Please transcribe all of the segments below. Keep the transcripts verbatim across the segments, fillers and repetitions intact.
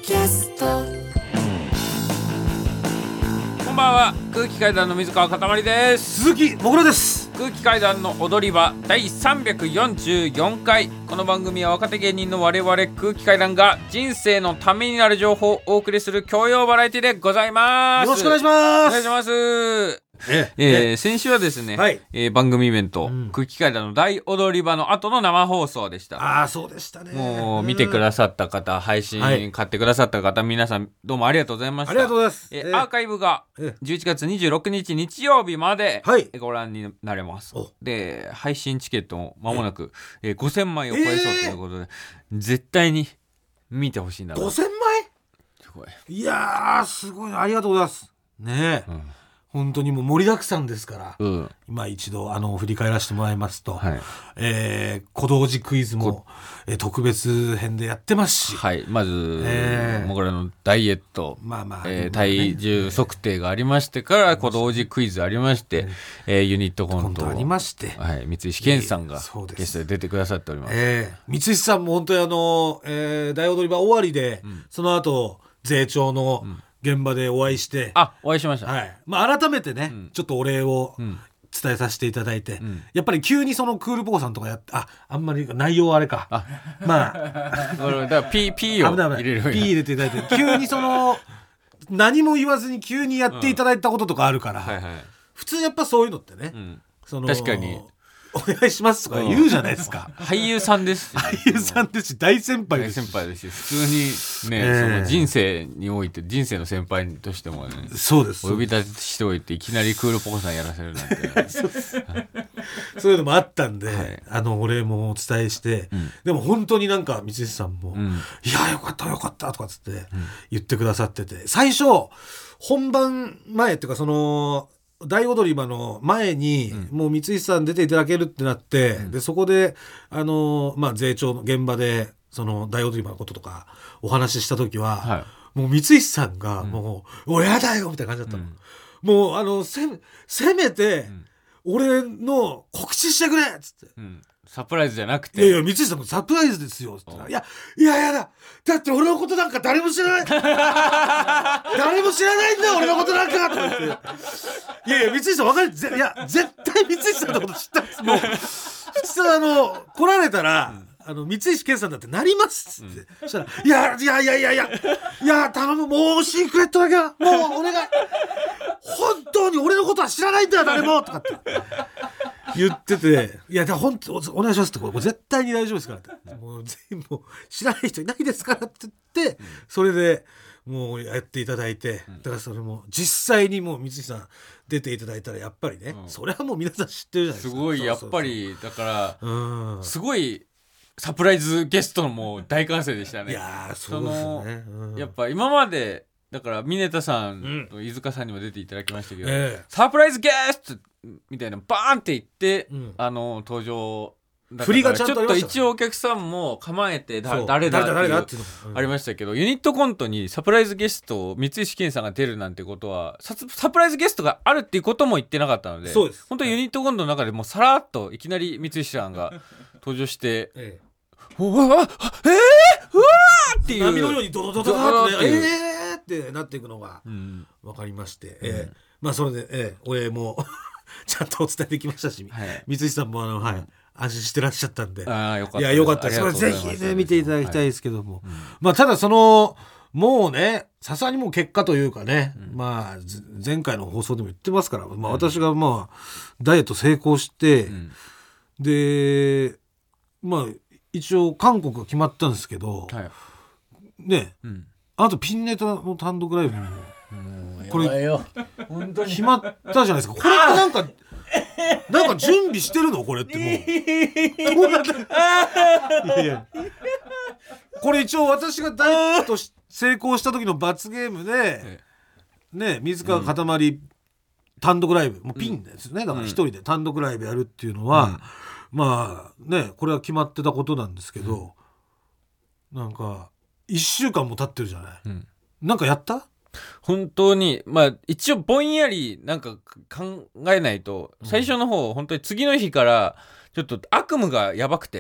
キャスト。 こんばんは、空気階段の水川かたまりです。 鈴木もぐらです。 空気階段の踊り場だいさんびゃくよんじゅうよんかい。この番組は若手芸人の我々空気階段が人生のためになる情報をお送りする教養バラエティでございます。 よろしくお願いします。 お願いします。 ええー、先週はですね、 はいえー、番組イベント、 うん、 空気階段の大踊り場の後の生放送でした。 ああ、そうでしたね。 もう見てくださった方、配信、はい、買ってくださった方、皆さんどうもありがとうございました。 ありがとうございます。 えーえー、アーカイブがじゅういちがつにじゅうろくにち日曜日までご覧になれます。はい、で、配信チケットも間もなく、えー、ごせんまいを超えそうということで、えー、絶対に見てほしいな。 ごせんまい？ すごい。 いやー、すごい。ありがとうございます。ねえ。うん、本当にもう盛りだくさんですから、うん、今一度あの振り返らせてもらいますと、はい、えー、小道寺クイズも、えー、特別編でやってますし、 はい、まず、えー、僕らのダイエット、まあまあえー、体重測定がありましてから、えー、小道寺クイズありまして、えー、ユニットコントありまして、 はい、三石健さんがゲストで出てくださっております。 えー、三石さんも本当にあの、えー、大踊り場終わりで、うん、その後税調の、うん現場でお会いして、 あ、お会いしました、 はいまあ、改めてね、うん、ちょっとお礼を伝えさせていただいて、うん、やっぱり急にそのクールポコさんとかやってああんまり内容あれかあまあだから P, P を入れる P 入れていただいて急にその何も言わずに急にやっていただいたこととかあるから、うんはいはい、普通やっぱそういうのってね、うん、その確かにお願いしますとか言うじゃないですか、 うん、俳優さんですし、ね、 俳優さんですし大先輩ですし大先輩ですし普通にね、えー、その人生において人生の先輩としてもねそうですお呼び立てしておいていきなりクールポコさんやらせるなんてそう, そういうのもあったんで、はい、あのお礼もお伝えして、うん、でも本当になんか三石さんも、うん、いやよかったよかったとかつって言ってくださってて最初本番前っていうかその大踊り場の前に、うん、もう三石さん出ていただけるってなって、うん、でそこであの、まあ、税調の現場でその大踊り場のこととかお話しした時は、はい、もう三石さんがもう、うん、おやだよみたいな感じだったの、うん、もうあの せ, せめて、うん、俺の告知してくれっつって、うんサプライズじゃなくていやいや三石さんもサプライズですよって言ったらいやいやいやだだって俺のことなんか誰も知らない誰も知らないんだよ俺のことなんかとか言っていやいや三石さん分かるいや絶対三石さんのこと知ったんですもう普通あの来られたら、うんあの三石健さんだってなりますっつって、うん、そしたらいやいやいやいやいやいや頼むもうシークレットだけはもうお願い本当に俺のことは知らないんだよ誰もとかって言ってていや本当お願いしますってこれ絶対に大丈夫ですからってもう全部知らない人いないですからって言って、うん、それでもうやっていただいて、うん、だからそれも実際にもう三石さん出ていただいたらやっぱりね、うん、それはもう皆さん知ってるじゃないですかすごいやっぱりだから、うん、すごいサプライズゲストのもう大歓声でしたね。 いやそうですね、 うん、やっぱ今までだから峰田さんと飯塚さんにも出ていただきましたけど、うんえー、サプライズゲストみたいなバーンって言って、うん、あの登場だ振りがちゃんとありましたね。 ちょっと一応お客さんも構えてだ誰だっていうありましたけど、ユニットコントにサプライズゲスト三石健さんが出るなんてことは サ, サプライズゲストがあるっていうことも言ってなかったので、 そうです本当にユニットコントの中でもうさらっといきなり三石さんが登場して、ええ、うわえー、うわーっていう波のようにドドドドドってえーってなっていくのが分かりまして、うんえー、まあそれで、えー、お礼もちゃんとお伝えできましたし、はい、三石さんもあの、はい、安心してらっしゃったんで、 あよかったいやよかったです。それぜひね見ていただきたいですけども、はいうん、まあただそのもうねさすがにもう結果というかね、うん、まあ前回の放送でも言ってますから、まあ、私がまあダイエット成功して、うん、でまあ一応韓国が決まったんですけど、はい、ね、うん、あとピンネタの単独ライブもこれ決まったじゃないですか。これってなんかなんか準備してるのこれってもうどうなっていやいやこれ一応私がダイエット成功した時の罰ゲームでね水川かたまり単独ライブもうピンですね、だから一人で単独ライブやるっていうのは、うん、まあねこれは決まってたことなんですけど、うん、なんかいっしゅうかんも経ってるじゃない、うん、なんかやった本当にまあ一応ぼんやりなんか考えないと最初の方、うん、本当に次の日からちょっと悪夢がやばくて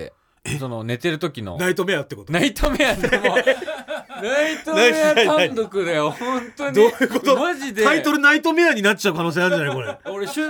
その寝てる時のナイトメアってこと？ ナイトメアでもナイトメア単独だよ本当に。 どういうこと？ マジでタイトルナイトメアになっちゃう可能性あるんじゃないこれ。 俺しゅ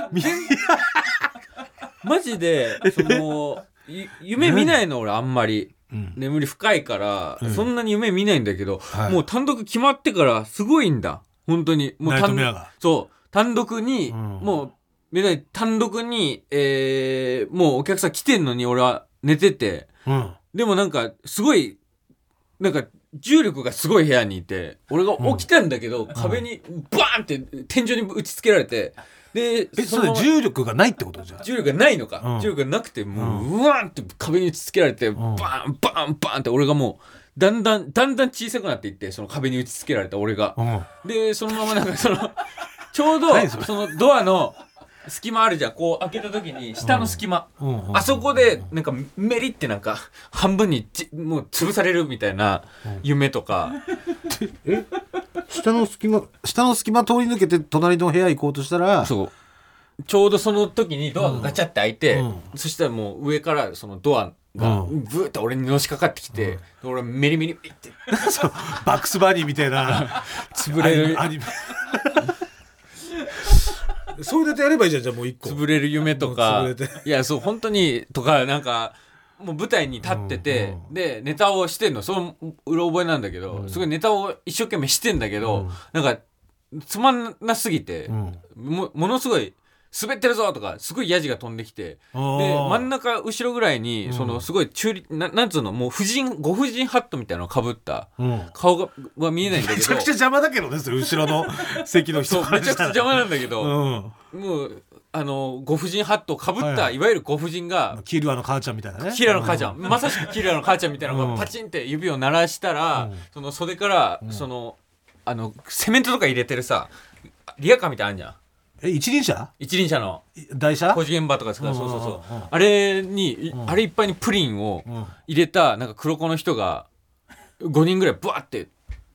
マジでその夢見ないの俺あんまり、うん、眠り深いから、うん、そんなに夢見ないんだけど、はい、もう単独決まってからすごいんだ本当に。もうナイトメアがそう単独に、うん、もう目立い単独に、えー、もうお客さん来てんのに俺は寝てて、うん、でもなんかすごいなんか重力がすごい部屋にいて俺が起きたんだけど、うん、壁にバーンって天井に打ち付けられて、でえそれ重力がないってことじゃん。 重力がないのか、うん、重力がなくてもう、うん、うわーンって壁に打ち付けられて、うん、バーンバーンバーンって俺がもうだんだんだんだん小さくなっていってその壁に打ち付けられた俺が、うん、でそのままなんかそのちょうどそのドアの隙間あるじゃんこう開けた時に下の隙間、うん、あそこでなんかメリってなんか半分にちもう潰されるみたいな夢とか、 うん、え下の隙間下の隙間通り抜けて隣の部屋行こうとしたらそうちょうどその時にドアがガチャって開いて、うん、そしたらもう上からそのドアがブーッと俺にのしかかってきて、うん、俺メリメリメリってそうバックスバニーみたいな潰れるアニメそういうネタやればいいじゃん。じゃあもう一個潰れる夢とかいやそう本当にとかなんかもう舞台に立ってて、うんうん、でネタをしてんのそのうろ覚えなんだけど、うん、すごいネタを一生懸命してんだけど、うん、なんかつまんなすぎて、うん、も, ものすごい滑ってるぞとかすごいヤジが飛んできて、で真ん中後ろぐらいに、うん、そのすごい中立 な, なんつうのもう婦人ご婦人ハットみたいなのをかぶった、うん、顔がは見えないんだけどめちゃくちゃ邪魔だけどねそれ後ろの席の人そうめちゃくちゃ邪魔なんだけど、うん、もうあのご婦人ハットをかぶった、はいはい、いわゆるご婦人がキルアの母ちゃんみたいなねキルアの母ちゃん、うん、まさしくキルアの母ちゃんみたいなのがパチンって指を鳴らしたら、うん、その袖から、うん、そのあのセメントとか入れてるさリアカーみたいなのあんじゃん。 え一輪車一輪車の台車工事現場とか使う、うん、そうそうそう、うん、あれに、うん、あれいっぱいにプリンを入れたなんか黒子の人がごにんぐらいブワーって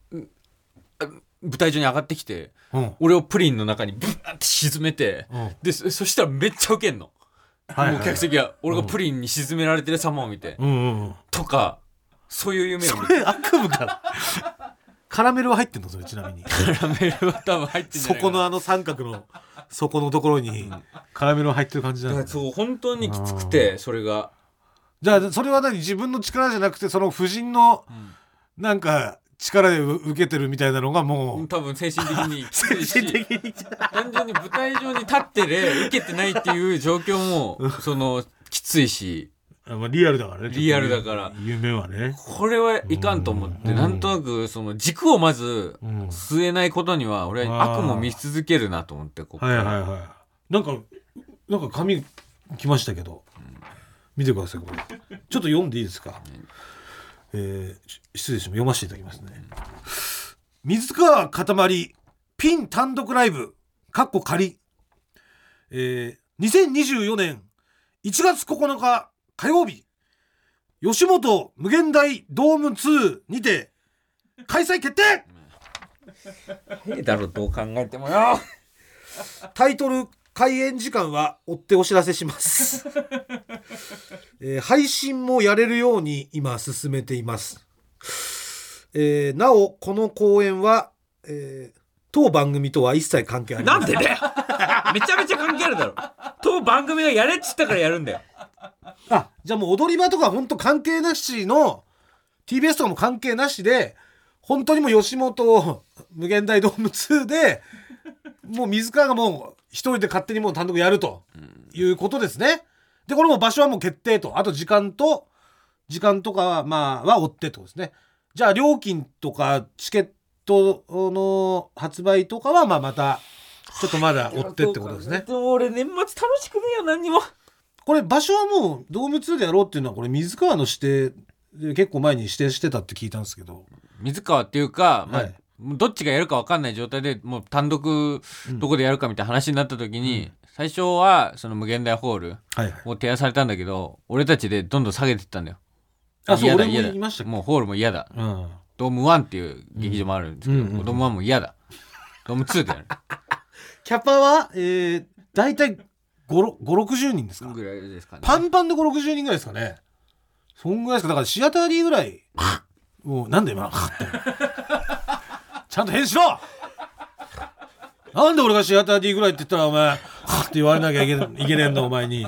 舞台上に上がってきて、うん、俺をプリンの中にブワーって沈めて、うん、で そ, そしたらめっちゃウケんの、はいはいはい、もう客席は俺がプリンに沈められてる様を見て、うんうんうん、とかそういう夢を見てそれ悪夢かカラメルは入ってんのそれちなみにカラメルは多分入ってんじゃないかな。 そこのあの三角の底のところにカラメルは入ってる感じなんだ、ね、 そう本当にきつくてそれがじゃあそれは何自分の力じゃなくてその夫人のなんか力で受けてるみたいなのがもう多分精神的に精神的に単純に舞台上に立ってで受けてないっていう状況もそのきついしまあ、リアルだからねリアルだから夢はねこれはいかんと思って、うん、なんとなくその軸をまず据えないことには俺は悪夢を見続けるなと思ってここから、はいはいはい、 なんかなんか紙来ましたけど、うん、見てくださいこれちょっと読んでいいですか、うんえー、失礼します読ませていただきますね、うん、水川かたまりピン単独ライブかっこ仮、えー、にせんにじゅうよねんいちがつここのか火曜日吉本無限大ドームツーにて開催決定ええだろどう考えてもよタイトル開演時間は追ってお知らせします、えー、配信もやれるように今進めています、えー、なおこの公演は、えー、当番組とは一切関係ありません。 なんでだよめちゃめちゃ関係あるだろ当番組がやれっつったからやるんだよ。 あ、じゃあもう踊り場とか本当関係なしの ティービーエス とかも関係なしで本当にもう吉本無限大ドームツーでもう水川がもう一人で勝手にもう単独やるということですね。でこれも場所はもう決定とあと時間と時間とかはまあは追ってってことですね。じゃあ料金とかチケットの発売とかはまあまたちょっとまだ追ってってことですね。 でも俺年末楽しくねえよ何にも。 これ場所はもうドームツーでやろうっていうのはこれ水川の指定で結構前に指定してたって聞いたんですけど水川っていうか、まあはい、どっちがやるか分かんない状態でもう単独どこでやるかみたいな話になった時に、うん、最初はその無限大ホールを提案されたんだけど、はいはい、俺たちでどんどん下げていったんだよ。 あ、そう俺も言いましたっけ。 もうホールも嫌だ、うん、ドームワンっていう劇場もあるんですけど、うんうんうん、ドームワンも嫌だドームツーでやるキャパは、えー、大体ごじゅう、ろくじゅうにんですかぐらいですかね。 パンパンでごじゅう、ろくじゅうにんぐらいですかね。 そんぐらいですか。だからシアター D ぐらいもうなんで今ちゃんと返事しろ。なんで俺がシアター D ぐらいって言ったらお前はって言われなきゃいけいけねえんだお前に。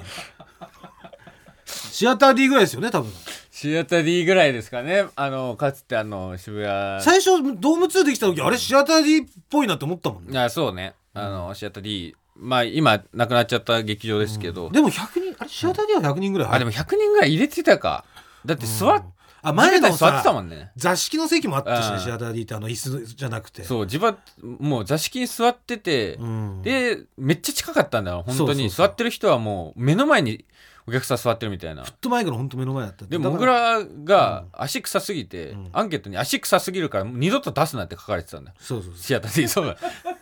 シアター D ぐらいですよね多分。 シアター D ぐらいですかね。あのかつてあの渋谷最初ドームツーできた時あれシアター D っぽいなって思ったもんね。 いやそうね、あの、うん、シアター D まあ今なくなっちゃった劇場ですけど、 うん、でもひゃくにんあれシアター D はひゃくにんぐらい入る、 あでもひゃくにんぐらい入れてたか。だって座っ、うん、 あ前の座ってたもんね。 座敷の席もあったしね、シアター D ってあの椅子じゃなくて、 そう自分もう座敷に座ってて、うん、でめっちゃ近かったんだよ本当に。そうそうそう、座ってる人はもう目の前にお客さん座ってるみたいな。 フットマイクの本当目の前だった。 でも僕らが足臭すぎて、うん、アンケートに足臭すぎるから二度と出すなって書かれてたんだよ。 そうそうそう、 シアター D そう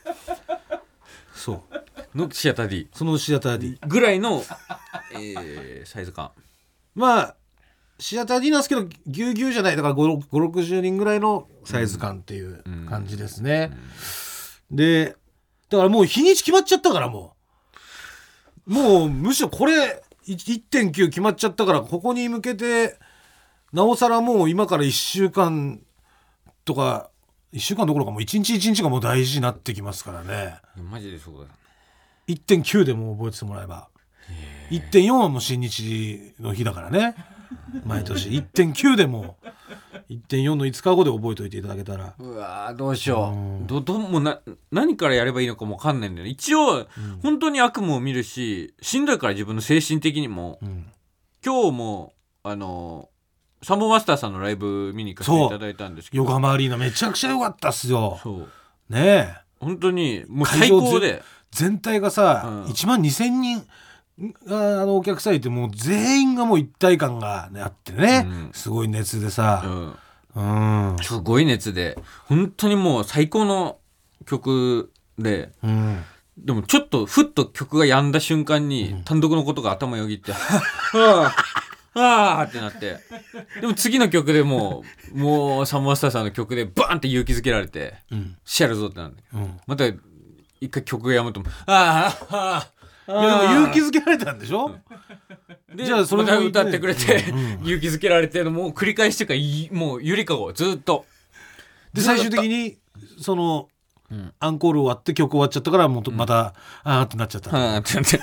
そうのシアター D そのシアター D ぐらいの、えー、サイズ感。 まあシアター D なんですけどぎゅうぎゅうじゃない、だからごじゅうろくじゅうにんぐらいのサイズ感っていう感じですね、うんうん、でだからもう日にち決まっちゃったからもうもうむしろこれ いってんきゅう 決まっちゃったからここに向けてなおさらもう今からいっしゅうかんとかいっしゅうかんどころかもういちにちいちにちがもう大事になってきますからね。 マジでそうだ。 いってんきゅう でも覚えててもらえば いってんよん はもう新日の日だからね毎年 いってんきゅう でも いってんよん のいつかごで覚えておいていただけたら。 うわどうしよう、どどもうな何からやればいいのかも分かんないんだよね。一応、うん、本当に悪夢を見るししんどいから自分の精神的にも、うん、今日もあのサンボマスターさんのライブ見に行かせていただいたんですけど、 横浜アリーナめちゃくちゃ良かったっすよ。 そうねえ本当にもう最高で全体がさ、うん、いちまんにせんにんあのお客さんいてもう全員がもう一体感が、ね、あってね、うん、すごい熱でさ、うんうん、 すごい熱で本当にもう最高の曲で、うん、でもちょっとふっと曲が止んだ瞬間に、うん、単独のことが頭よぎってはあはあってなって、でも次の曲でもうもうサンボマスターさんの曲でバーンって勇気づけられて、うん、シャルぞってなんだけど、うん、また一回曲がやむとああああいやでも勇気づけられたんでしょ、 うん、でじゃあそれも、ね、また歌ってくれて、うんうん、勇気づけられてのもう繰り返してかもうゆりかごずっとで最終的にその、うん、アンコール終わって曲終わっちゃったからもうまた、うん、あーってなっちゃった、あーってなって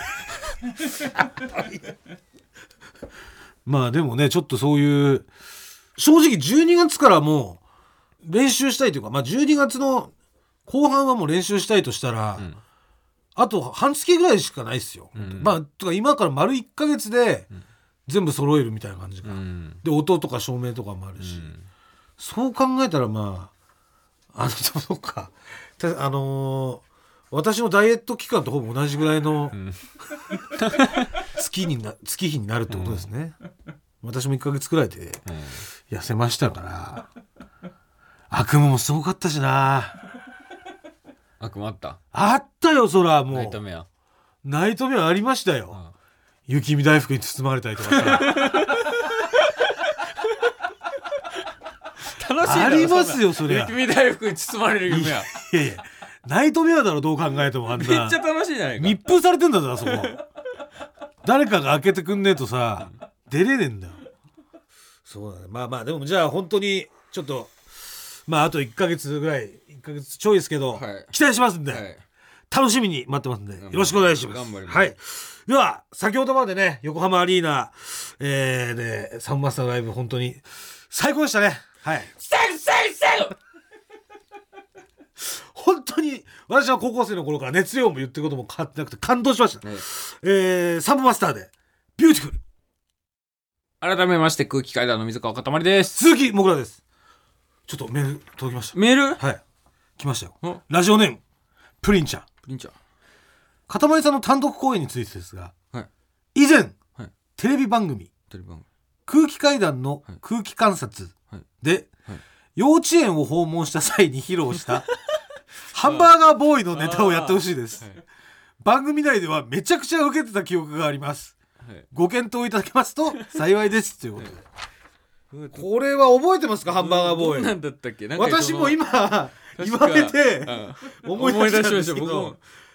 まあでもねちょっとそういう正直じゅうにがつからもう練習したいというか、まあ、じゅうにがつの後半はもう練習したいとしたら、うん、あと半月ぐらいしかないですよ、うん、まあとか今から丸いっかげつで全部揃えるみたいな感じか、うん、で音とか照明とかもあるし、うん、そう考えたらまああのそうかあのー、私のダイエット期間とほぼ同じぐらいの、うん、月にな月日になるってことですね、うん、私もいっかげつくらいで痩せましたから、うん、悪夢もすごかったしな。 悪夢あった？ あったよそらもうナイトメアナイトメアありましたよ、うん、雪見大福に包まれたりとかさ楽しいだろありますよそれ。 雪見大福に包まれる夢やいやいやナイトメアだろどう考えても。あんなめっちゃ楽しいじゃないか。 密封されてんだぞあそこ誰かが開けてくんねえとさ出れねえんだよ。そうだね。まあまあでもじゃあ本当にちょっとまああといっかげつぐらいいっかげつちょいですけど、はい、期待しますんで、はい、楽しみに待ってますんでよろしくお願いします。 頑張ります。 はい。では先ほどまでね横浜アリーナ、えー、でサンマスターライブ本当に最高でしたね。はい。 最後最後最後本当に私は高校生の頃から熱量も言ってることも変わってなくて感動しました、ねえー、サンボマスターでビューティフル。 改めまして空気階段の水川かたまりです。 鈴木もぐらです。ちょっとメール届きました。 メール？ はい来ましたよ。ラジオネームプリンちゃん。 プリンちゃん。 かたまりさんの単独公演についてですが、はい、以前、はい、テレビ番組テレビ番組空気階段の空気観察で、はいはい、幼稚園を訪問した際に披露したハンバーガーボーイのネタをやってほしいです、はい、番組内ではめちゃくちゃ受けてた記憶があります、はい、ご検討いただけますと幸いですということで、はい、これは覚えてますか？ハンバーガーボーイなんだったっけ？なんか私も今言われて思い出したんですけど、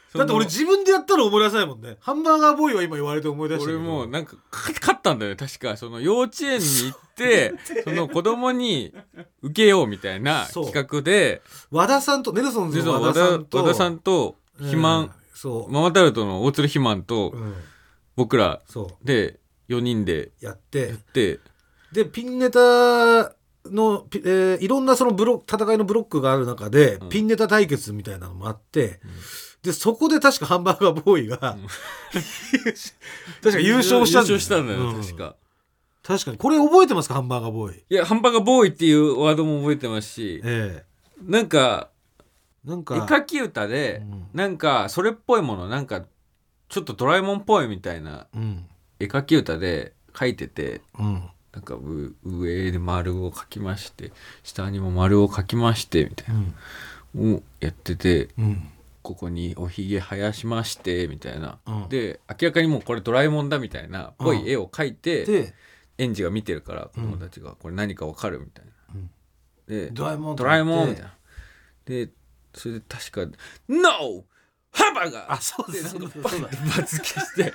だって俺自分でやったら思い出せないもんね。ハンバーガーボーイは今言われて思い出したけど、 俺もなんか勝ったんだよ確か。その幼稚園に行ってその子供に受けようみたいな企画で和田さんとネルソンズの和田さんと和田さんと肥満、うん、そうママタルトの大鶴肥満と僕らでよにんでやってやってでピンネタの、えー、いろんなそのブロ戦いのブロックがある中で、うん、ピンネタ対決みたいなのもあって、うん、でそこで確かハンバーガーボーイが、うん、確か優勝したんだよ、 優勝したんだよ、うん、確か確かにこれ覚えてますかハンバーガーボーイ。 いやハンバーガーボーイっていうワードも覚えてますし、えー、なんかなんか絵描き歌で、うん、なんかそれっぽいものなんかちょっとドラえもんっぽいみたいな、うん、絵描き歌で書いてて、うんなんか上で丸を描きまして下にも丸を描きましてみたいな、うん、をやってて、うん、ここにおひげ生やしましてみたいな、うん、で明らかにもうこれドラえもんだみたいなっぽい絵を描いて、うん、園児が見てるから子供たちがこれ何か分かるみたいな、うん、でドラえもんドラえもんみたいなでそれで確か NO! ハンバーガーあそうですそうだバツ消して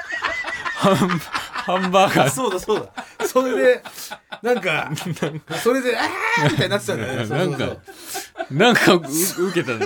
ハンバーガーそうだそうだそれでなんかそれであーみたいになってたんだよねなんかなんか受けたね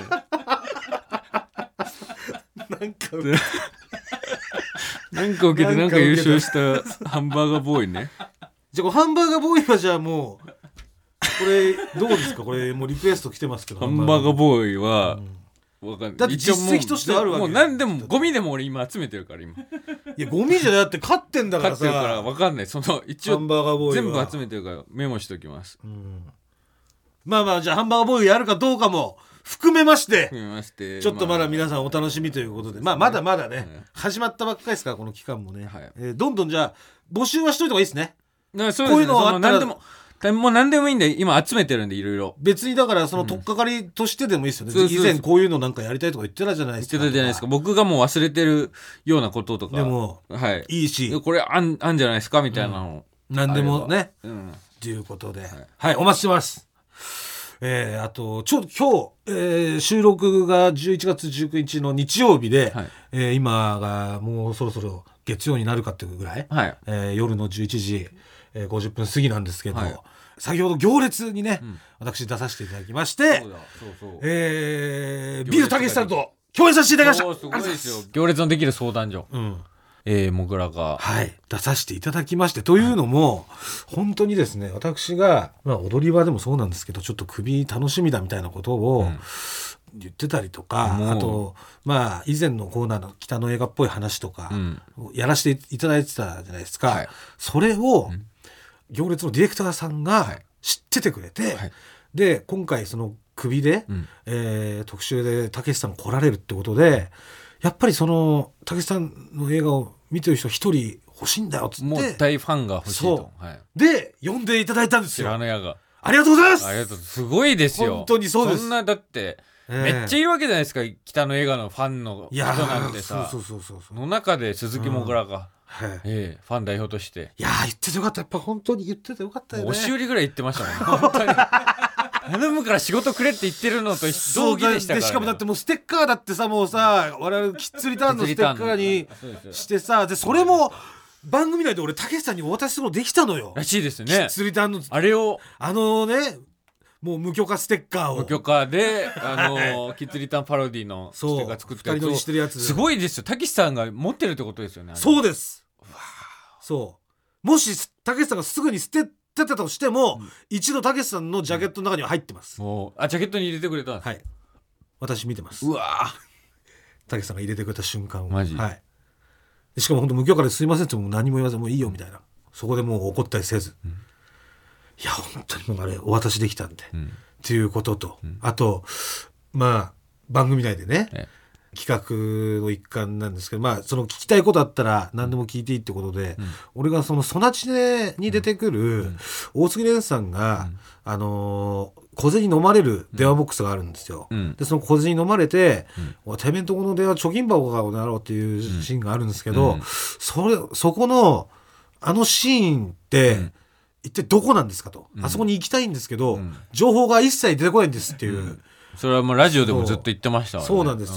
なんか受けなんか受けてなんか優勝したハンバーガーボーイね。 じゃあハンバーガーボーイはじゃあもうこれどうですかこれもうリクエスト来てますけどハンバーガーボーイは、うんわかんないだって実績としてあるわけもう何でもゴミでも俺今集めてるから今いやゴミじゃだって勝ってんだからさ勝ってるから分かんないその一応ハンバーガーボーイ全部集めてるからメモしておきます、うん、 まあまあじゃあハンバーガーボーイやるかどうかも含めまして含めましてちょっとまだ皆さんお楽しみということで、まあ、まあまだまだね、はい、始まったばっかりですからこの期間もね、はいえー、どんどんじゃあ募集はしといた方がいいですね。 そうですねこういうのはあったら何でももう何でもいいんで今集めてるんでいろいろ別にだからその取っかかりとしてでもいいですよね、うん、以前こういうのなんかやりたいとか言ってたじゃないですか言ってたじゃないですか僕がもう忘れてるようなこととかでも、はい、いいしこれあん、あんじゃないですかみたいなの、 うん、何でもねと、うん、いうことで、はい、はい、お待ちしてます。えー、あとちょうど今日、えー、収録がじゅういちがつじゅうくにちの日曜日で、はいえー、今がもうそろそろ月曜になるかっていうぐらい、はいえー、夜のじゅういちじごじゅっぷん過ぎなんですけど、はい、先ほど行列にね、うん、私出させていただきましてそうだそうそう、えー、ビールたけしさんと共演させていただきました。 すごいですよ行列のできる相談所、うんえー、もぐらが、 はい、出させていただきましてというのも、はい、本当にですね私が、まあ、踊り場でもそうなんですけどちょっと首楽しみだみたいなことを、うん言ってたりとかあとまあ以前のコーナーの北の映画っぽい話とかやらせていただいてたじゃないですか、はい、それを行列のディレクターさんが知っててくれて、はい、で今回その首で、うんえー、特集でたけしさん来られるってことでやっぱりそのたけしさんの映画を見てる人一人欲しいんだよっつってもう大ファンが欲しいと、 はい、で呼んでいただいたんですよ。 白の矢がありがとうございます。 ありがとうすごいですよ本当にそうです。 そんなだってえー、めっちゃいるわけじゃないですか北の映画のファンの人なんてさそうそうそうそうの中で鈴木もぐらが、うんはいえー、ファン代表としていや言っててよかったやっぱ本当に言っててよかったよね。 押し売りぐらい言ってましたもんね本当に頼むから仕事くれって言ってるのと同義でしたから、ね、 でしかもだってもうステッカーだってさもうさ我々キッズリターンのステッカーにしてさでそれも番組内で俺たけしさんにお渡しするのできたのよらしいですね。 キッズリターンのあれをあのねもう無許可ステッカーを無許可であのキッズリターンパロディのステッカー作ったやつをしてるやつすごいですよ。たけしさんが持ってるってことですよね。 そうです。そうもしたけしさんがすぐに捨ててたとしても、うん、一度たけしさんのジャケットの中には入ってます、 うん、あジャケットに入れてくれたんです。 はい私見てます。 うわたけしさんが入れてくれた瞬間をマジ、 はい、しかも本当無許可ですいませんってもう何も言わずもういいよみたいなそこでもう怒ったりせず、うん、いや本当にもうあれお渡しできたんで、うん、っていうことと、うん、あとまあ番組内でね、ええ企画の一環なんですけど、まあその聞きたいことあったら何でも聞いていいってことで、うん、俺がそのソナチネに出てくる、うん、大杉蓮さんが、うん、あのー、小銭飲まれる電話ボックスがあるんですよ、うん、でその小銭飲まれて、うん、てめえんとこの電話貯金箱がだろうっていうシーンがあるんですけど、うん、それそこのあのシーンって、うん、一体どこなんですかと、うん、あそこに行きたいんですけど、うん、情報が一切出てこないんですっていう、うん、 それはもうラジオでもずっと言ってましたわね。 そうなんですよ。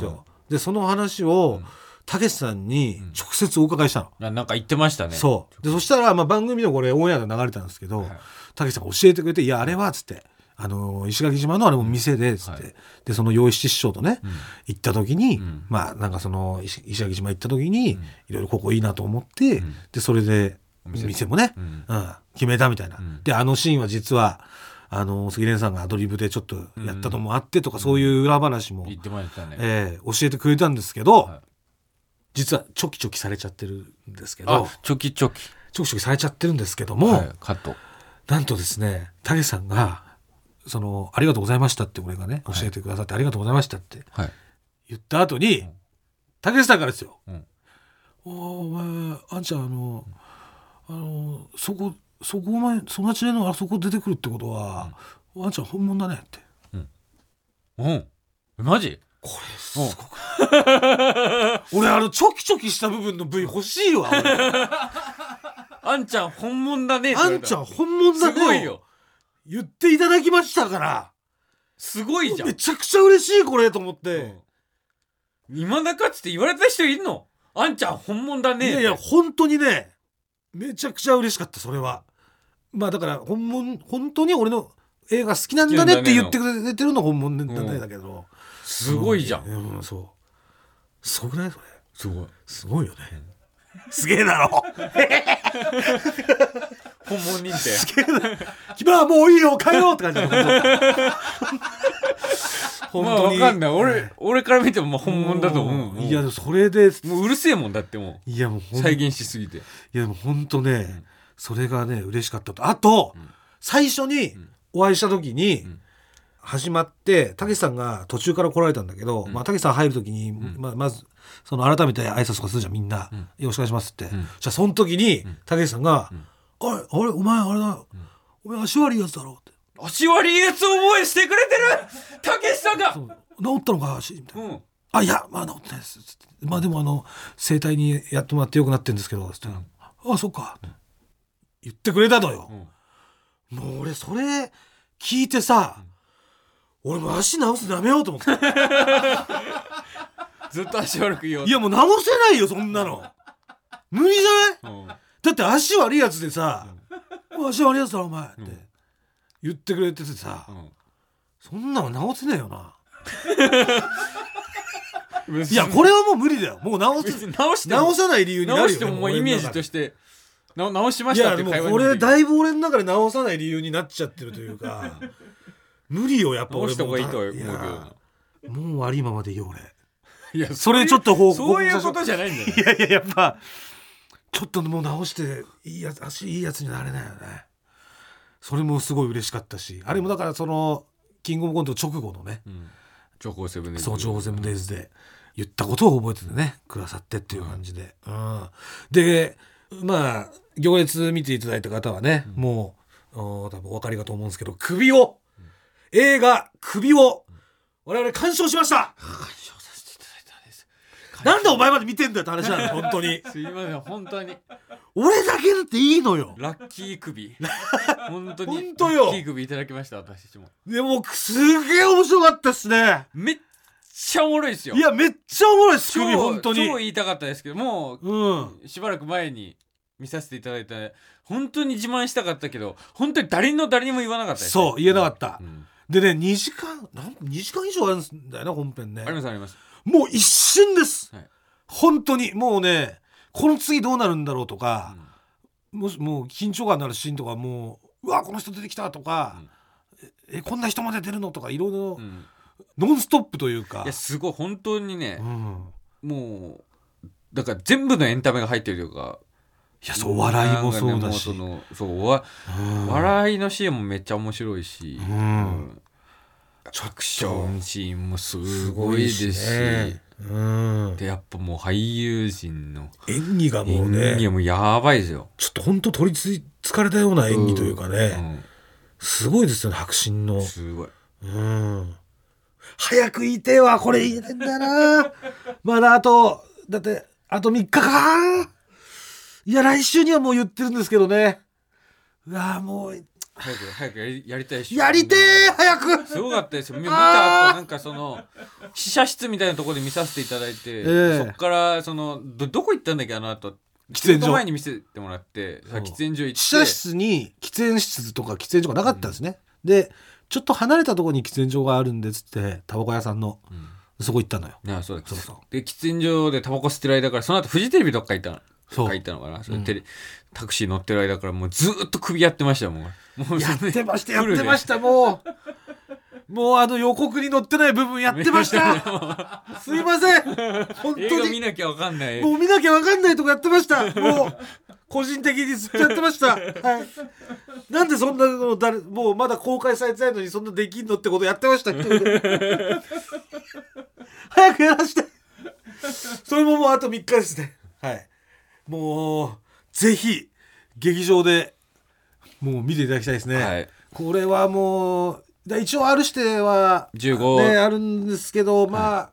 でその話をたけしさんに直接お伺いしたの、 うん、なんか言ってましたね。 そうでそしたらまあ番組のこれオンエアで流れたんですけど、たけしさんが教えてくれて、いやあれはっつってあの石垣島のあれも店でつって、はい、でその洋七師匠とね、うん、行った時に、うん、まあなんかその石垣島行った時に、うん、いろいろここいいなと思って、うん、でそれで店もね、うんうん、決めたみたいな、うん、であのシーンは実はあの杉蓮さんがアドリブでちょっとやったのもあってとか、うん、そういう裏話も、 言ってましたね、 えー、教えてくれたんですけど、はい、実はチョキチョキされちゃってるんですけど、 あチョキチョキチョキチョキされちゃってるんですけども、 はい、カットなんとですねたけしさんがそのありがとうございましたって俺がね教えてくださって、はい、ありがとうございましたって言った後に、たけしさんからですよ、うん、お, お前あんちゃんあの、うん、あのそこそこお前そのちねのあそこ出てくるってことは、うん、あんちゃん本物だねって、 うんうん、マジこれすごく俺あのチョキチョキした部分の部位欲しいわあんちゃん本物だねってあんちゃん本物だねすごいよ言っていただきましたから、 すごいじゃん、 めちゃくちゃ嬉しいこれと思って、 うん、今だかっつって言われた人いるの、あんちゃん本物だね。 いやいや本当にねめちゃくちゃ嬉しかったそれは。まあだから本物本当に俺の映画好きなんだねって言ってくれてるの本物だねだけど、うん、 すごいじゃん、 うんうん、そうすごくないそれ、 すごいすごいよね、うん、すげえだろ本物認定すげえな君はもういいよ帰ろうって感じだ本当にまあ分かんない、俺、うん、俺から見てもまあ本物だと思う。 いやそれでもううるせえもんだってもう、 いやもう再現しすぎて、いやもう本当ね、うん、それがね嬉しかったと。あと、うん、最初にお会いした時に、うん、始まってたけしさんが途中から来られたんだけど、うん、まあたけしさん入る時に、うんまあ、まずその改めて挨拶とかするじゃんみんな、うん、よろしくお願いしますって、うん、じゃあその時にたけしさんが、うんあれあれお前あれだ、うん、お前足悪いやつだろって、 足悪いやつ覚えしてくれてるたけしさんが、 治ったのか足みたいな、うん、あいやまあ治ってないですつって、まあでもあの整体にやってもらってよくなってるんですけどつって、うん、あそっか、うん、言ってくれたのよ、うん、もう俺それ聞いてさ、うん、俺も足治すのやめようと思ってずっと足悪く言おう。 いやもう治せないよそんなの無理じゃない、うん、だって足悪いやつでさ、うん、足悪いやつだろお前って言ってくれててさ、うん、そんなの治せねえよないやこれはもう無理だよ、もう治す直しても直さない理由になるよ、ね、 直してももうイメージとしてな直しましたって会話に。 いやでもこれだいぶ俺の中で直さない理由になっちゃってるというか無理よやっぱ俺も直した方がいいとは思うけど、もう悪いままでいいよ俺。 いやそれちょっと報告そういうことじゃないんだよ、ね、 いやいややっぱちょっともう直していいやつ足いいやつになれないよね。それもすごい嬉しかったし、あれもだからそのキングオブコント直後のね、うん、 情報セブンデイズ、 そう情報セブンデイズで言ったことを覚えててねくださってっていう感じで、うん、でまあ行列見ていただいた方はね、うん、もう多分お分かりかと思うんですけど、首を、うん、映画首を我々鑑賞しました。 鑑賞させていただいたんです。 なんでお前まで見てんだよって話なの本当にすいません本当に俺だけだっていいのよ。 ラッキー首本当に本当よラッキー首いただきました私たちも。 でもすげえ面白かったっすね。 めっちゃおもろいですよ。 いやめっちゃおもろいっす首本当に超言いたかったですけどもう、うん、しばらく前に見させていただいた本当に自慢したかったけど本当に誰の誰にも言わなかったです、ね、 そう言えなかった、うん、でねにじかんなんにじかん以上あるんだよな本編ね。 ありますあります。 もう一瞬です、はい、本当にもうねこの次どうなるんだろうとか、うん、もしもう緊張感のあるシーンとかもううわこの人出てきたとか、うん、えこんな人まで出るのとかいろいろノンストップというか、 いやすごい本当にね、うん、もうだから全部のエンタメが入ってるというか、 いやそう笑いもそうだし、 そのそうわ、うん、笑いのシーンもめっちゃ面白いし、うん、アクションシーンもすごいですし、ね、うん、でやっぱもう俳優陣の演技がもうね演技はもうやばいですよ。 ちょっと本当取りつかれたような演技というかね、うん、すごいですよね迫真の。 すごい、 うん、早く言いてえわこれ言えてんだよなまだあとだってあとみっかかん、いや来週にはもう言ってるんですけどね、うわもう早く早くやり、やりたいしやりてー早くすごかったですよ。見た後なんかその試写室みたいなところで見させていただいて、えー、そっからその ど, どこ行ったんだっけあの後喫煙所前に見せてもらって喫煙所行って試写室に喫煙室とか喫煙所がなかったんですね、うん、でちょっと離れたところに喫煙所があるんでつってタバコ屋さんの、うん、そこ行ったのよ。 いやそうだそうそうで喫煙所でタバコ吸ってる間からその後フジテレビどっか行ったのそう書いたのかなそれ、うん、テレタクシー乗ってる間からもうずっと首やってましたよ。もうもうやってましたやってましたもうもうあの予告に載ってない部分やってましたすいません本当に映画見なきゃ分かんないもう見なきゃ分かんないとこやってましたもう個人的にずっとやってました、はい、なんでそんなの誰もうまだ公開されてないのにそんなできんのってことやってました早くやらしてそれももうあとみっかですね。はいもうぜひ劇場でもう見ていただきたいですね、はい、これはもう一応ある指定は、 じゅうご、 ね、あるんですけど、まあ、はい、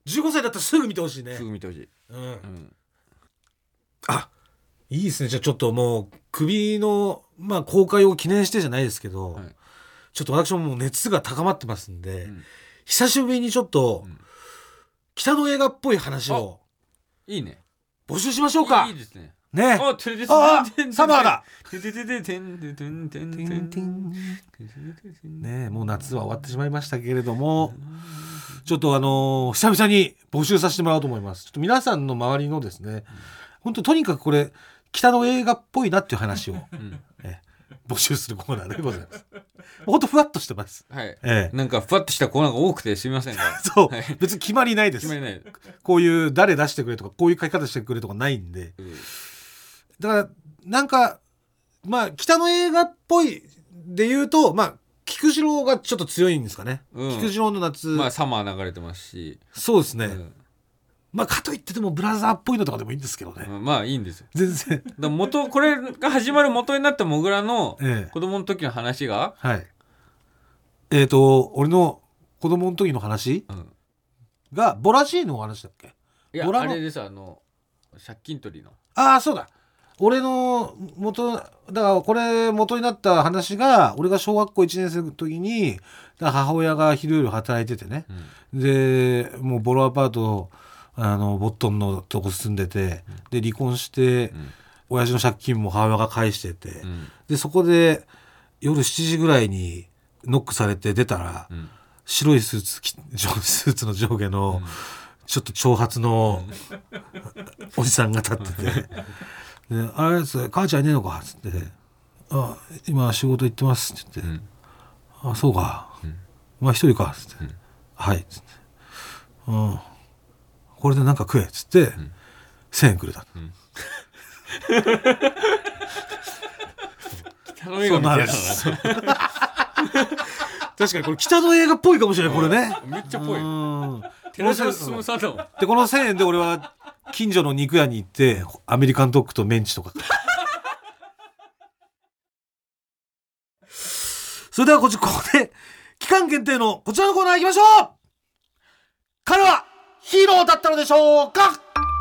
じゅうごさいだったらすぐ見てほしいね。 すぐ見てほしい、 うんうん、あいいですね。じゃあちょっともう首の、まあ、公開を記念してじゃないですけど、はい、ちょっと私ももう熱が高まってますんで、うん、久しぶりにちょっと、うん、北の映画っぽい話をいいね募集しましょうか。 いいですね。 ねあ、 テレです。あ、サマーだ。ね、もう夏は終わってしまいましたけれども、ちょっとあのー、久々に募集させてもらおうと思います。ちょっと皆さんの周りのですね、本当とにかくこれ北の映画っぽいなっていう話を、うん、え募集するコーナーでございます。本当ふわっとしてます。 はい。ええ、なんかふわっとしたコーナーが多くてすみませんが。 そう、 はい、 別に決まりないです。 決まりない。 こういう誰出してくれとかこういう書き方してくれとかないんで。うんだからなんかまあ北の映画っぽいで言うとまあ菊次郎がちょっと強いんですかね、うん、菊次郎の夏まあサマー流れてますしそうですね、うん、まあかといってでもブラザーっぽいのとかでもいいんですけどね、 うん、まあいいんですよ全然だ元これが始まる元になったモグラの子供の時の話が、 ええ、はいえーと俺の子供の時の話、うん、がボラジーノの話だっけ。 いやボラあれですあの借金取りのああそうだ俺の元だからこれ元になった話が俺が小学校いちねん生の時に母親が昼夜働いててね、うん、でもうボロアパートあのボットンのとこ住んでて、うん、で離婚して、うん、親父の借金も母親が返してて、うん、でそこで夜しちじぐらいにノックされて出たら、うん、白いスーツスーツの上下の、うん、ちょっと長髪の、うん、おじさんが立っててであれです母ちゃんいねえのかっつってあ今仕事行ってますって言って、うん、あそうか、うん、お前一人かっつって、うん、はいっつって、うん、これでなんか食えっつって、うん、せんえんくれた、うん、 北の映画みたいな確かにこれ北の映画っぽいかもしれないこれねめっちゃぽい寺島進さんだもんでこのせんえんで俺は近所の肉屋に行ってアメリカンドッグとメンチとかそれではこっちここで期間限定のこちらのコーナー行きましょう。彼はヒーローだったのでしょうか。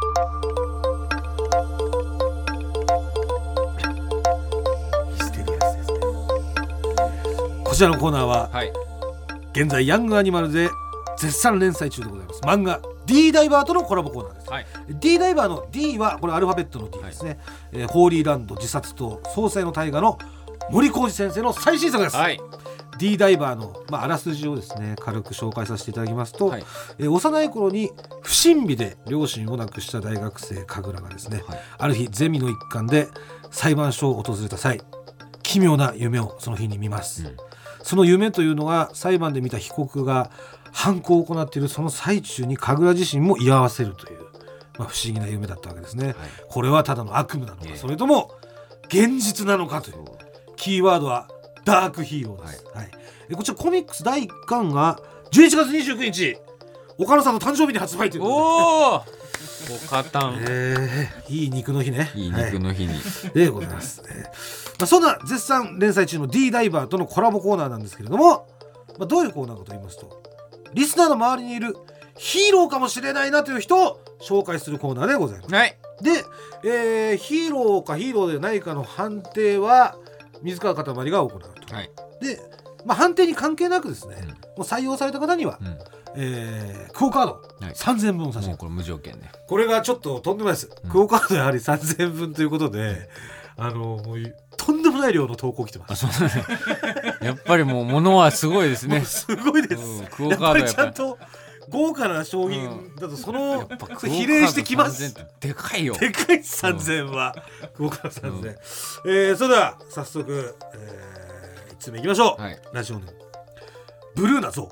ミステリアスですね。こちらのコーナーは、はい、現在ヤングアニマルで絶賛連載中でございます漫画 D ダイバーとのコラボコーナーです、はい、D ダイバーの D はこれアルファベットの D ですね、はいえー、ホーリーランド自殺と創世の大河の森浩二先生の最新作です、はい、D ダイバーの、まあ、あらすじをですね軽く紹介させていただきますと、はいえー、幼い頃に不審火で両親を亡くした大学生神楽がですね、はい、ある日ゼミの一環で裁判所を訪れた際奇妙な夢をその日に見ます、うん、その夢というのが裁判で見た被告が犯行を行っているその最中に神楽自身も居合わせるという、まあ、不思議な夢だったわけですね、はい、これはただの悪夢なのか、えー、それとも現実なのかというキーワードはダークヒーローです、はいはい、こちらコミックスだいいっかんがじゅういちがつにじゅうくにち岡野さんの誕生日に発売ということでおー岡田、 えー、いい肉の日ねいい肉の日に、 はい、でございます、えーまあ、そんな絶賛連載中の D ダイバーとのコラボコーナーなんですけれども、まあ、どういうコーナーかと言いますとリスナーの周りにいるヒーローかもしれないなという人を紹介するコーナーでございます、 はい、 で、えー、ヒーローかヒーローでないかの判定は水川かたまりが行うと、 はい、 で、まあ、判定に関係なくですね、 うん、 もう採用された方には、うん、えー、クオカードさんぜんぶんを差し上げる。 これ無条件で、 これがちょっととんでもないです、うん、クオカードやはりさんぜんぶんということで、あのとんでもない量の投稿来てます。 あ、そうね、やっぱりもう物はすごいですね。 すごいです、うん、 クオカードやっぱりちゃんと豪華な商品だとその、うん、比例してきます。 でかいよ、 でかいさんぜんは、うん、クオカードさんぜん、うん、えー、それでは早速、えー、いっつめいきましょう、はい、ラジオネームブルーなゾウ。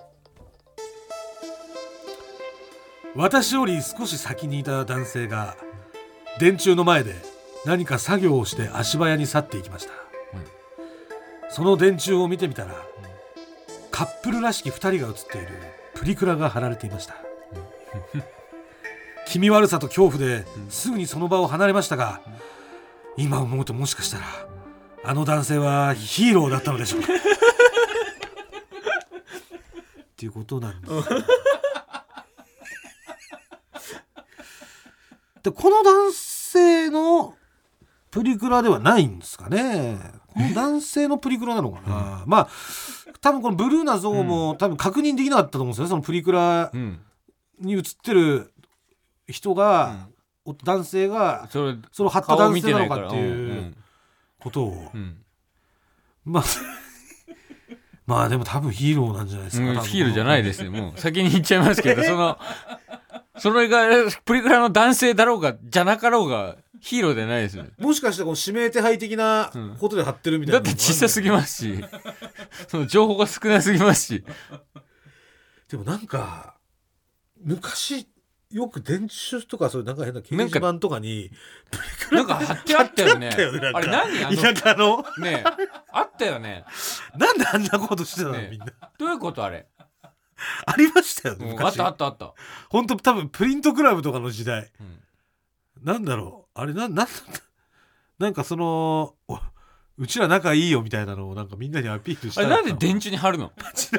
私より少し先にいた男性が電柱の前で何か作業をして足早に去っていきました、うん、その電柱を見てみたら、うん、カップルらしきふたりが写っているプリクラが貼られていました、うん、気味悪さと恐怖ですぐにその場を離れましたが、うん、今思うともしかしたらあの男性はヒーローだったのでしょうかっていうことなんですで、この男性のプリクラではないんですかね。この男性のプリクラなのかな、うん、まあ多分このブルーな像も、うん、多分確認できなかったと思うんですよね。そのプリクラに写ってる人が、うん、男性がそれそれを貼った男性なのかっていうことを、うん、まあまあでも多分ヒーローなんじゃないですか、 うん、ヒーローじゃないですね。もう先に言っちゃいますけどそのそれがプリクラの男性だろうがじゃなかろうがヒーローでないですね。 もしかしてこの指名手配的なことで貼ってるみたいな、 うん、だって小さすぎますしその情報が少なすぎますし。 でもなんか昔よく電柱とかそういうなんか変な掲示板とかにプリクラなんか貼ってあったよね。 あれ何あの田舎のねえあったよね。 なんであんなことしてたの、ね、みんな。 どういうことあれありましたよね、 うん、あったあったあった。 本当多分プリントクラブとかの時代、うん、なんだろうあれな、なんだなんかそのうちら仲いいよみたいなのをなんかみんなにアピールした。 あれなんで電柱に貼るの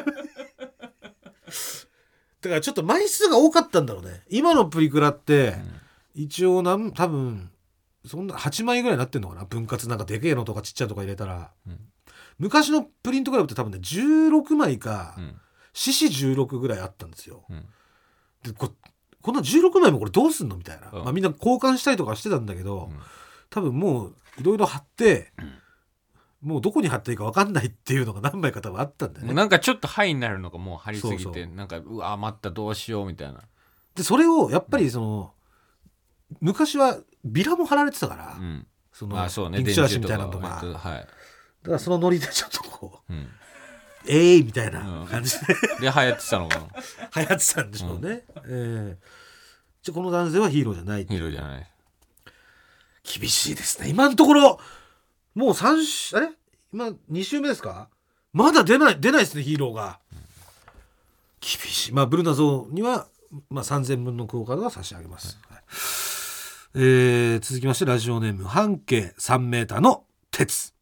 だからちょっと枚数が多かったんだろうね。今のプリクラって、うん、一応なん多分そんなはちまいぐらいになってんのかな。分割なんかでけえのとかちっちゃいのとか入れたら、うん、昔のプリントクラブって多分ねじゅうろくまいか、うん獅子じゅうろくぐらいあったんですよ、うん、で こ, こんなじゅうろくまいもこれどうすんのみたいな、うんまあ、みんな交換したりとかしてたんだけど、うん、多分もういろいろ貼って、うん、もうどこに貼っていいか分かんないっていうのが何枚か多分あったんだよね。 なんかちょっとハイになるのがもう貼りすぎてそうそうなんかうわ余ったどうしようみたいな。 でそれをやっぱりその、うん、昔はビラも貼られてたから、うん、そのピンクチラシみたいなのとか、はい、だからそのノリでちょっとこう、うんえーいみたいな感じで、 うん、で流行ってたのかな流行ってたんでしょうね、うんえー、じゃこの男性はヒーローじゃない。 ヒーローじゃない。 厳しいですね今のところ。もうさん週あれ今に週目ですか。まだ出ない出ないですねヒーローが、うん、厳しい。まあブルーナゾーには、まあ、さんぜんぶんのクオカードは差し上げます、はいえー、続きましてラジオネーム半径さんメーターの鉄。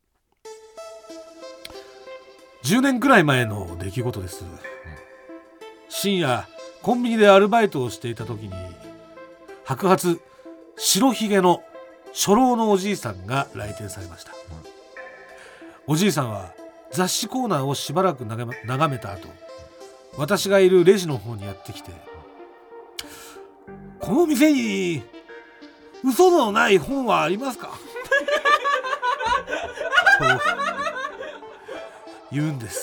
じゅうねんくらい前の出来事です、うん、深夜コンビニでアルバイトをしていた時に白髪白ひげの初老のおじいさんが来店されました、うん、おじいさんは雑誌コーナーをしばらく眺め、眺めた後私がいるレジの方にやってきて、この店に嘘のない本はありますか言うんです。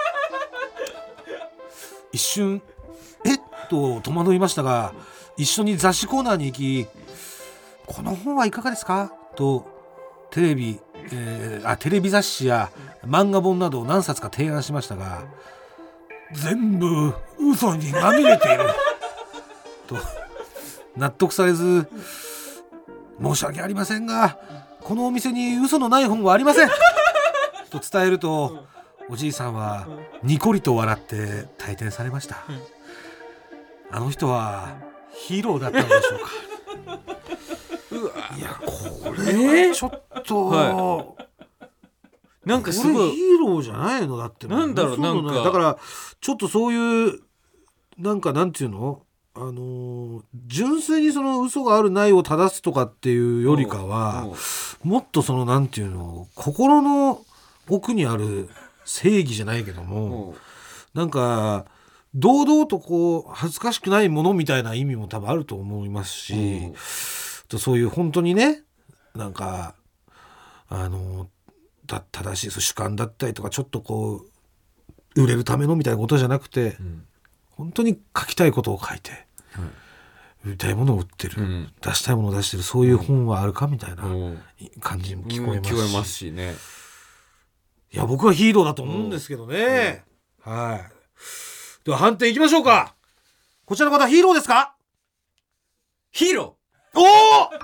一瞬えっと戸惑いましたが一緒に雑誌コーナーに行き、この本はいかがですかとテレビ、えー、あテレビ雑誌や漫画本などを何冊か提案しましたが、全部嘘にまみれていると納得されず、申し訳ありませんがこのお店に嘘のない本はありませんと伝えると、おじいさんはニコリと笑って退店されました。あの人はヒーローだったのでしょうかうわいやこれはちょっと、はい、なんかすごいヒーローじゃないのだって。 なんだろうなんかだからちょっとそういうなんかなんていうのあのー、純粋にその嘘があるないを正すとかっていうよりかはもっとそのなんていうの心の奥にある正義じゃないけども、なんか堂々とこう恥ずかしくないものみたいな意味も多分あると思いますし、うん、そういう本当にねなんかあのだ正しい主観だったりとかちょっとこう売れるためのみたいなことじゃなくて、うん、本当に書きたいことを書いて、うん、売りたいものを売ってる、うん、出したいものを出してるそういう本はあるかみたいな感じも聞こえますし、うん、聞こえますしね。いや僕はヒーローだと思うんですけどね、うんうん、はい。では判定いきましょうか。こちらの方ヒーローですか？ ヒーロー。おお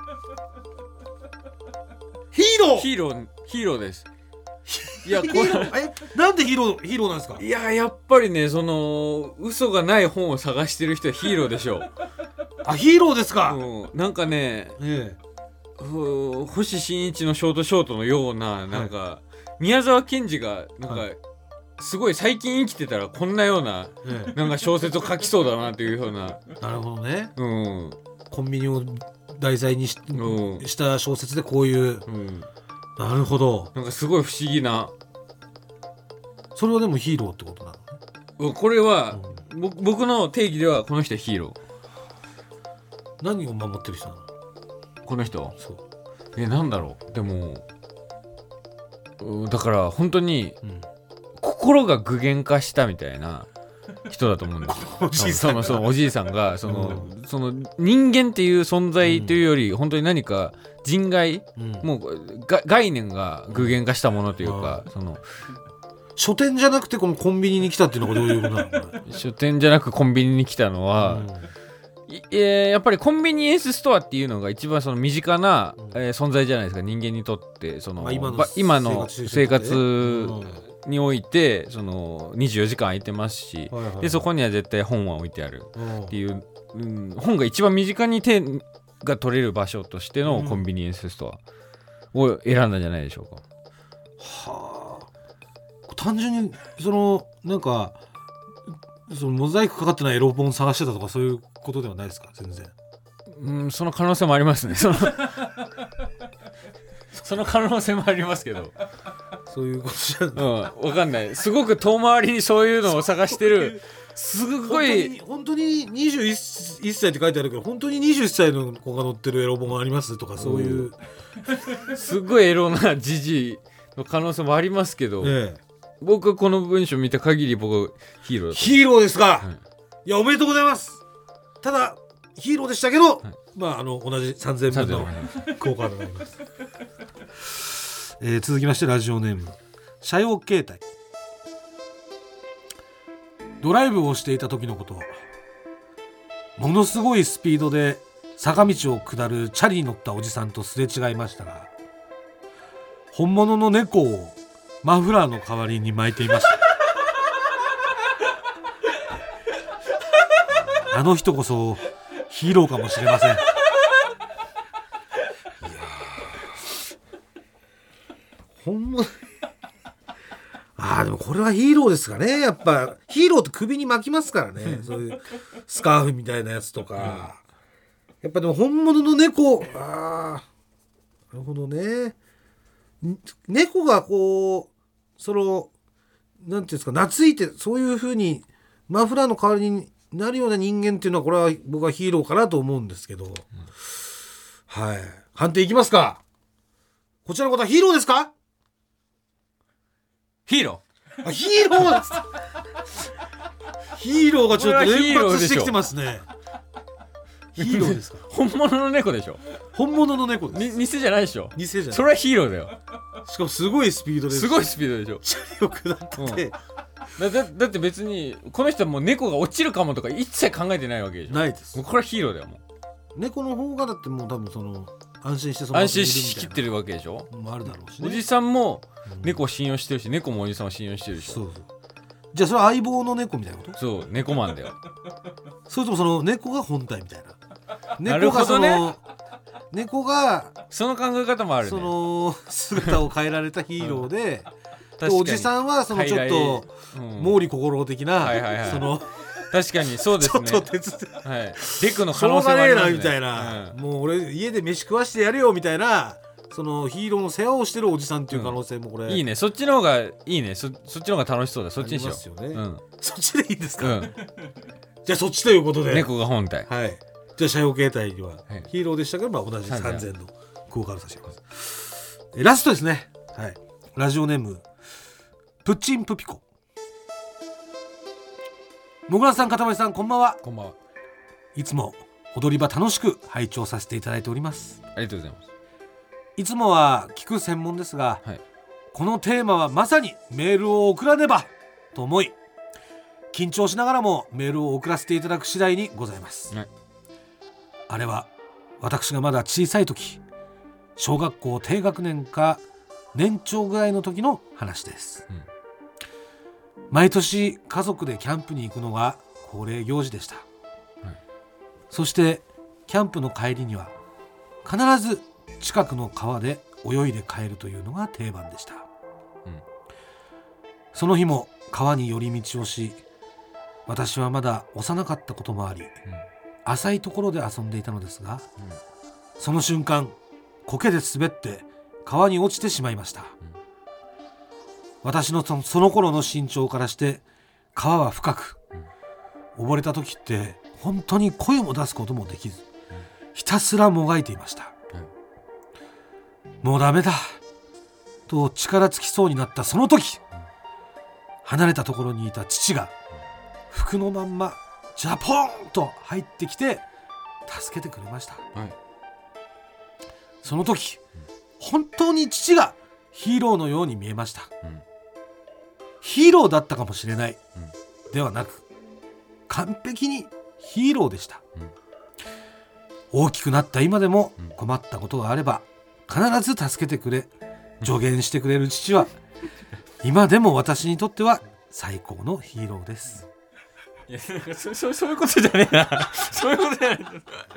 ヒーローヒーローヒーローです。 いやこれえなんでヒーローヒーローなんですか？ いややっぱりねその嘘がない本を探してる人はヒーローでしょう。 あヒーローですか？ うん、なんかね、ええ、星新一のショートショートのようななんか、はい、宮沢賢治がなんか、はい、すごい最近生きてたらこんなような、ええ、なんか小説を書きそうだなというような。 なるほどね、 うん、 コンビニを題材に し,、うん、した小説でこういう、うん、なるほど。 なんかすごい不思議な。 それはでもヒーローってことなのね。これは、うん、僕の定義ではこの人はヒーロー。 何を守ってる人なのこの人？そうえなんだろう。でもだから本当に、うん、心が具現化したみたいな人だと思うんですよ。おじいさんそのおじいさんがその、うん、その人間っていう存在というより、うん、本当に何か人外、うん、もうが概念が具現化したものというか、うん、その書店じゃなくてこのコンビニに来たっていうのがどういうことなの？ 書店じゃなくコンビニに来たのは、うんえー、やっぱりコンビニエンスストアっていうのが一番その身近な、うんえー、存在じゃないですか人間にとってその、まあ、今の今の生活においてそのにじゅうよじかん空いてますし、はいはいはい、でそこには絶対本は置いてあるっていう、うん、本が一番身近に手が取れる場所としてのコンビニエンスストアを選んだんじゃないでしょうか、 うん、はあ単純にそのなんかそのモザイクかかってないエロ本探してたとかそういうことではないですか？全然うんその可能性もありますねそのその可能性もありますけどそういうことじゃない、 うん、分かんないすごく遠回りにそういうのを探してるすごい本当ににじゅういっさいって書いてあるけど本当ににじゅっさいの子が載ってるエロ本ありますとかそういう、 うん、すごいエロなジジイの可能性もありますけど、ええ、僕はこの文章見た限り僕はヒーローだと。 ヒーローですか、はい、いやおめでとうございます。ただヒーローでしたけど、はい、まああの同じさんぜんぶんの効果になります、えー、続きましてラジオネーム車用携帯。ドライブをしていた時のこと、ものすごいスピードで坂道を下るチャリに乗ったおじさんとすれ違いましたが、本物の猫をマフラーの代わりに巻いていましたあの人こそヒーローかもしれません。いや本物あーでもこれはヒーローですかね。やっぱヒーローって首に巻きますからねそういうスカーフみたいなやつとか、やっぱでも本物の猫、あーなるほどね。猫がこうそのなんていうんですか懐いてそういう風にマフラーの代わりになるような人間っていうのはこれは僕はヒーローかなと思うんですけど、うん、はい判定いきますか。こちらの方はヒーローですか？ ヒーローあヒーローヒーローがちょっと連発してきてますね。ヒーローですか？ 本物の猫でしょ。 本物の猫です。 偽じゃないでしょ。 偽じゃない。 それはヒーローだよ。 しかもすごいスピードです。 すごいスピードでしょ。 チャリを下ってて、 うん、だ, だ, だって別にこの人はもう猫が落ちるかもとか一切考えてないわけでしょ。 ないです。 もうこれはヒーローだよ。もう猫の方がだってもう多分その安心してその安心しきってるわけでしょ。 もあるだろうし、ね、 おじさんも猫を信用してるし、うん、猫もおじさんを信用してるでしょ。 そうそう。じゃあそれは相棒の猫みたいなこと？ そう猫マンだよ。 それともその猫が本体みたいな。猫がそのなるほどね。 猫がその考え方もあるね。 その姿を変えられたヒーローで、うん、おじさんはそのちょっと毛利小五郎的な、はいはいはい、その確かにそうですね。 ちょっと手伝って、 はい、デクの可能性もありますね。 しょうがねえなみたいな、うん、もう俺家で飯食わしてやるよみたいなそのヒーローの世話をしてるおじさんっていう可能性もこれ、うん、 いいね。そっちの方がいいね。 そ, そっちの方が楽しそうだ。そっちにしよう。ありますよね、うん、 そっちでいいですか、うん、じゃあそっちということで猫が本体、 はい、じゃあ車用形態にはヒーローでしたけど、まあ、同じさんぜんのクオカード差し上げます。えラストですね、はい、ラジオネームプッチンプピコ。もぐらさん、かたまりさん、こんばんは。 こんばんは。 いつも踊り場楽しく拝聴させていただいております。 ありがとうございます。 いつもは聞く専門ですが、 はい、 このテーマはまさにメールを送らねばと思い、緊張しながらもメールを送らせていただく次第にございます、はい、あれは私がまだ小さい時、小学校低学年か年長ぐらいの時の話です、うん、毎年家族でキャンプに行くのが恒例行事でした、はい、そしてキャンプの帰りには必ず近くの川で泳いで帰るというのが定番でした、うん、その日も川に寄り道をし、私はまだ幼かったこともあり、うん、浅いところで遊んでいたのですが、うん、その瞬間苔で滑って川に落ちてしまいました、うん、私のその、その頃の身長からして川は深く、うん、溺れた時って本当に声も出すこともできず、うん、ひたすらもがいていました、うん、もうダメだと力尽きそうになったその時、うん、離れたところにいた父が服のまんまジャポンと入ってきて助けてくれました、はい、その時、うん、本当に父がヒーローのように見えました、うん、ヒーローだったかもしれない、うん、ではなく完璧にヒーローでした、うん、大きくなった今でも困ったことがあれば必ず助けてくれ、助言してくれる父は今でも私にとっては最高のヒーローです。 いや、そ, そ, そういうことじゃねえなそういうことじゃないま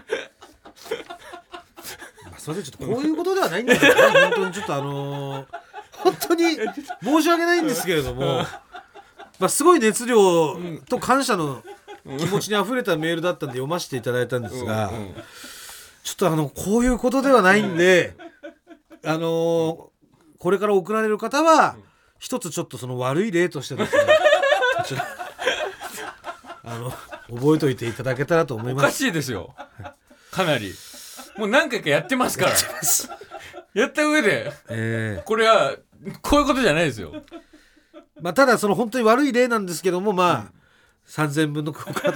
あそれでちょっとこういうことではないんだけどね本当にちょっとあのー、本当に申し訳ないんですけれども、まあ、すごい熱量と感謝の気持ちにあふれたメールだったんで読ませていただいたんですが、うんうん、ちょっとあのこういうことではないんで、あのー、これから送られる方は一つちょっとその悪い例としてですねこちらあの覚えておいていただけたらと思います。 おかしいですよ、かなりもう何回かやってますからやった上で、えー、これはこういうことじゃないですよ。 まあただその本当に悪い例なんですけども、まあ、うん、さんぜんぶんのクオカー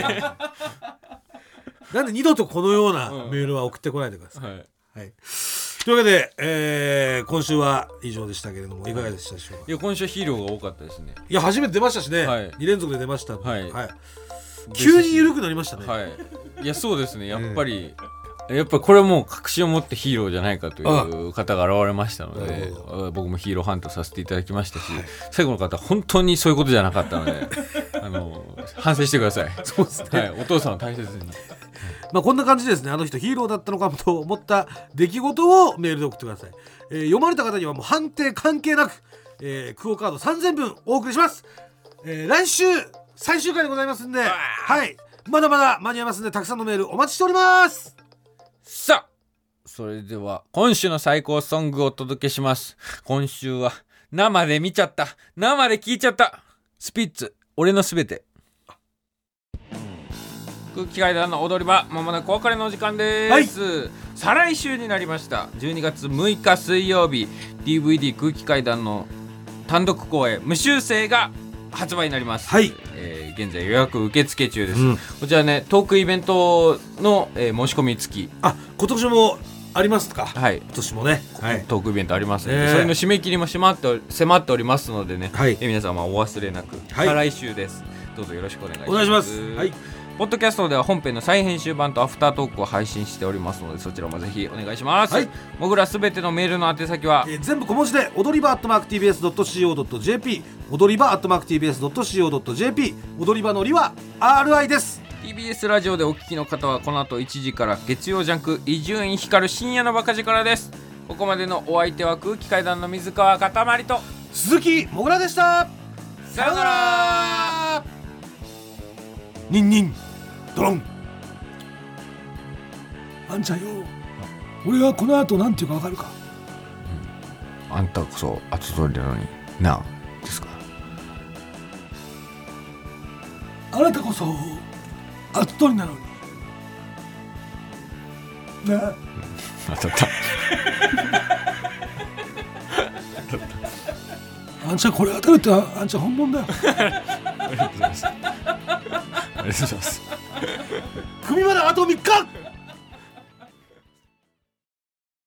ドなんで二度とこのようなメールは送ってこないでください、うんはいはい、というわけで、えー、今週は以上でしたけれどもいかがでしたでしょうか。 いや今週ヒーローが多かったですね。 いや初めて出ましたしね、はい、に連続で出ましたので、はいはい、急に緩くなりましたね、 はい、いやそうですねやっぱり、えー、やっぱりこれはもう確信を持ってヒーローじゃないかという方が現れましたので、僕もヒーローハントさせていただきましたし、はい、最後の方本当にそういうことじゃなかったのであの反省してください。 そうですね、はい、 お父さんを大切にまあ、こんな感じでですね、あの人ヒーローだったのかもと思った出来事をメールで送ってください、えー、読まれた方にはもう判定関係なく、えー、クオカードさんぜんぶんお送りします、えー、来週最終回でございますんで、はい、まだまだ間に合いますんでたくさんのメールお待ちしております。 さあそれでは今週の最高ソングをお届けします。今週は生で見ちゃった、生で聴いちゃったスピッツ俺のすべて。空気階段の踊り場まもなくお別れのお時間です、はい、再来週になりましたじゅうにがつむいか水曜日 ディーブイディー 空気階段の単独公演無修正が発売になります、はいえー、現在予約受付中です、うん、こちらねトークイベントの、えー、申し込み付き。 あ今年もありますか。 はい、 今年もね、はい、 トークイベントありますので、えー、それの締め切りも迫って迫っておりますのでね、はいえー、皆様お忘れなく、はい、再来週です。どうぞよろしくお願いします。 お願いします、はいポッドキャストでは本編の再編集版とアフタートークを配信しておりますのでそちらもぜひお願いします、はい、もぐらすべてのメールの宛先は、 えー、全部小文字で踊り場アットマーク ティービーエスドットシーオードットジェーピー 踊り場アットマーク ティービーエスドットシーオードットジェーピー 踊り場のりは アールアイ です。 ティービーエス ラジオでお聞きの方はこの後いちじから月曜ジャンク伊集院光る深夜のバカ力です。ここまでのお相手は空気階段の水川かたまりと鈴木もぐらでした。 さよなら。 ニンニンドロン。あんちゃんよ、俺がこの後なんていうか分かるか。 あんたこそ後取りなのになあですか。 あなたこそ後取りなのになあ。 当たったあんちゃんこれ当たるってあんちゃん本物だよ。 ありがとうございます。ありがとうございます。 組まであとみっか。